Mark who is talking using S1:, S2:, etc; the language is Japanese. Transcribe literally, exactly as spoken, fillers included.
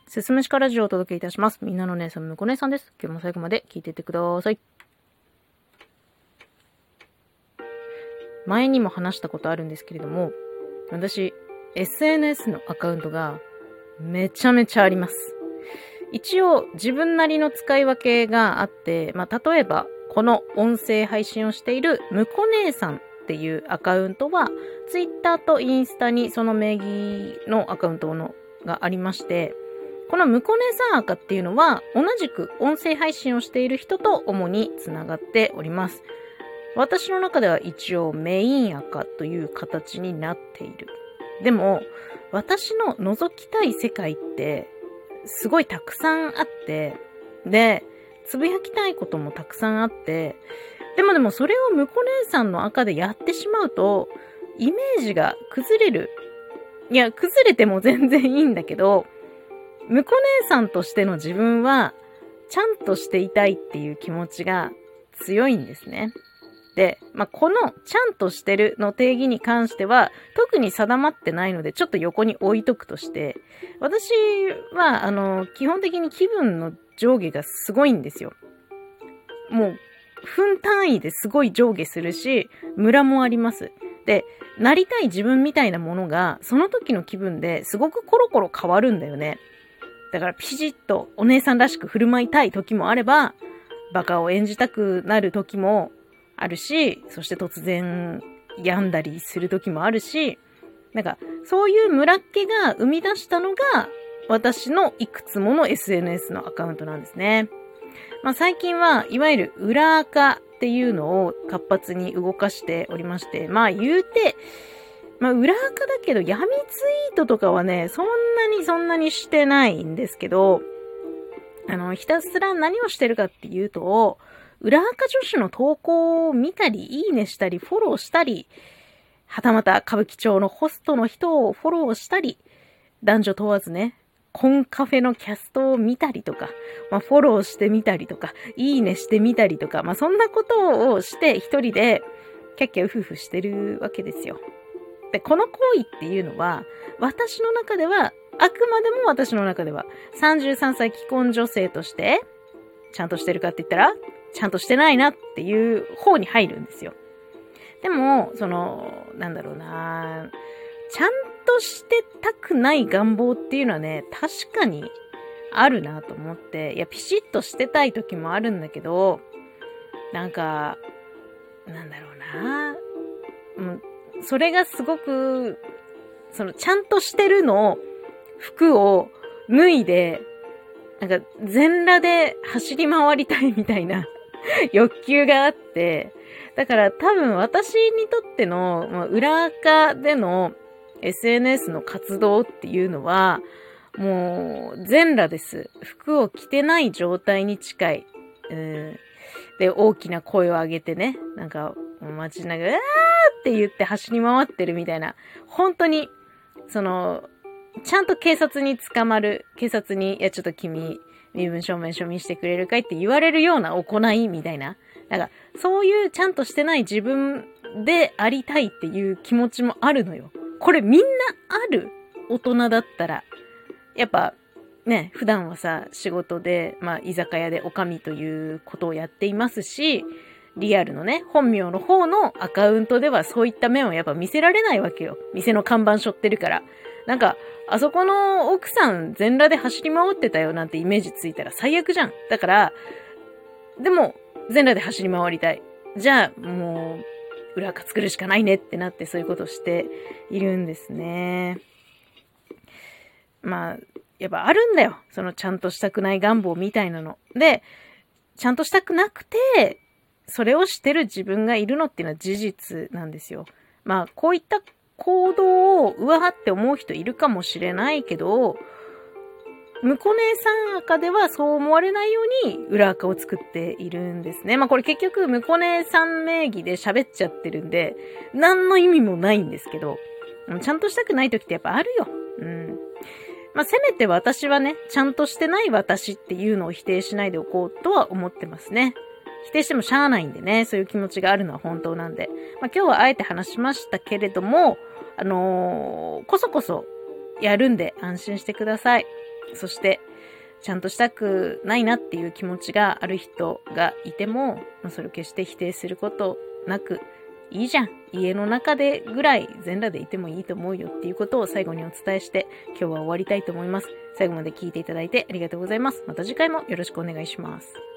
S1: すすむしかラジオをお届けいたします。みんなの姉さん、むこ姉さんです。今日も最後まで聞いていってください。前にも話したことあるんですけれども、私、エスエヌエス のアカウントがめちゃめちゃあります。一応、自分なりの使い分けがあって、まあ、例えば、この音声配信をしているむこ姉さんっていうアカウントは、Twitter とインスタにその名義のアカウントのがありまして、このむこ姉さんアカっていうのは、同じく音声配信をしている人と主につながっております。私の中では一応メインアカという形になっている。でも、私の覗きたい世界って、すごいたくさんあって、で、つぶやきたいこともたくさんあって、でもでもそれをむこ姉さんの赤でやってしまうと、イメージが崩れる。いや、崩れても全然いいんだけど、むこ姉さんとしての自分は、ちゃんとしていたいっていう気持ちが強いんですね。で、まあ、このちゃんとしてるの定義に関しては特に定まってないのでちょっと横に置いとくとして、私はあの基本的に気分の上下がすごいんですよ。もう分単位ですごい上下するし、ムラもあります。で、なりたい自分みたいなものがその時の気分ですごくコロコロ変わるんだよね。だからピシッとお姉さんらしく振る舞いたい時もあれば、バカを演じたくなる時もあるし、そして突然病んだりする時もあるし、なんかそういうムラっ気が生み出したのが私のいくつもの エスエヌエス のアカウントなんですね。まあ最近はいわゆる裏アカっていうのを活発に動かしておりまして、まあ言うて、まあ裏アカだけど闇ツイートとかはね、そんなにそんなにしてないんですけど、あの、ひたすら何をしてるかっていうと、裏垢女子の投稿を見たり、いいねしたり、フォローしたり、はたまた歌舞伎町のホストの人をフォローしたり、男女問わずね、コンカフェのキャストを見たりとか、まあ、フォローしてみたりとか、いいねしてみたりとか、まあ、そんなことをして一人でキャッキャウフフしてるわけですよ。で、この行為っていうのは、私の中では、あくまでも私の中では、さんじゅうさんさい既婚女性として、ちゃんとしてるかって言ったら、ちゃんとしてないなっていう方に入るんですよ。でも、その、なんだろうな、ちゃんとしてたくない願望っていうのはね、確かにあるなと思って、いや、ピシッとしてたい時もあるんだけど、なんか、なんだろうな、うん、それがすごく、その、ちゃんとしてるの服を脱いで、なんか全裸で走り回りたいみたいな欲求があって、だから多分私にとっての、まあ、裏垢での エスエヌエス の活動っていうのは、もう全裸です。服を着てない状態に近い。うん、で、大きな声を上げてね、なんか街中、うわーって言って走り回ってるみたいな、本当に、その、ちゃんと警察に捕まる、警察に、いやちょっと君、身分証明書見してくれるかいって言われるような行いみたいな。なんか、そういうちゃんとしてない自分でありたいっていう気持ちもあるのよ。これみんなある。大人だったら。やっぱ、ね、普段はさ、仕事で、まあ、居酒屋でおかみということをやっていますし、リアルのね、本名の方のアカウントではそういった面をやっぱ見せられないわけよ。店の看板背負ってるから。なんか、あそこの奥さん全裸で走り回ってたよなんてイメージついたら最悪じゃん。だから、でも、全裸で走り回りたい。じゃあ、もう、裏垢作るしかないねってなってそういうことをしているんですね。まあ、やっぱあるんだよ。そのちゃんとしたくない願望みたいなの。で、ちゃんとしたくなくて、それをしてる自分がいるのっていうのは事実なんですよ。まあ、こういった行動をうわーって思う人いるかもしれないけど、むこ姉さん赤ではそう思われないように裏赤を作っているんですね。まあこれ結局むこ姉さん名義で喋っちゃってるんで、何の意味もないんですけど、ちゃんとしたくない時ってやっぱあるよ。うん。まあせめて私はね、ちゃんとしてない私っていうのを否定しないでおこうとは思ってますね。否定してもしゃあないんでね、そういう気持ちがあるのは本当なんで。まあ今日はあえて話しましたけれども、あのー、こそこそやるんで安心してください。 そして、ちゃんとしたくないなっていう気持ちがある人がいても、まあ、それを決して否定することなく、いいじゃん。家の中でぐらい全裸でいてもいいと思うよっていうことを最後にお伝えして、今日は終わりたいと思います。最後まで聞いていただいてありがとうございます。また次回もよろしくお願いします。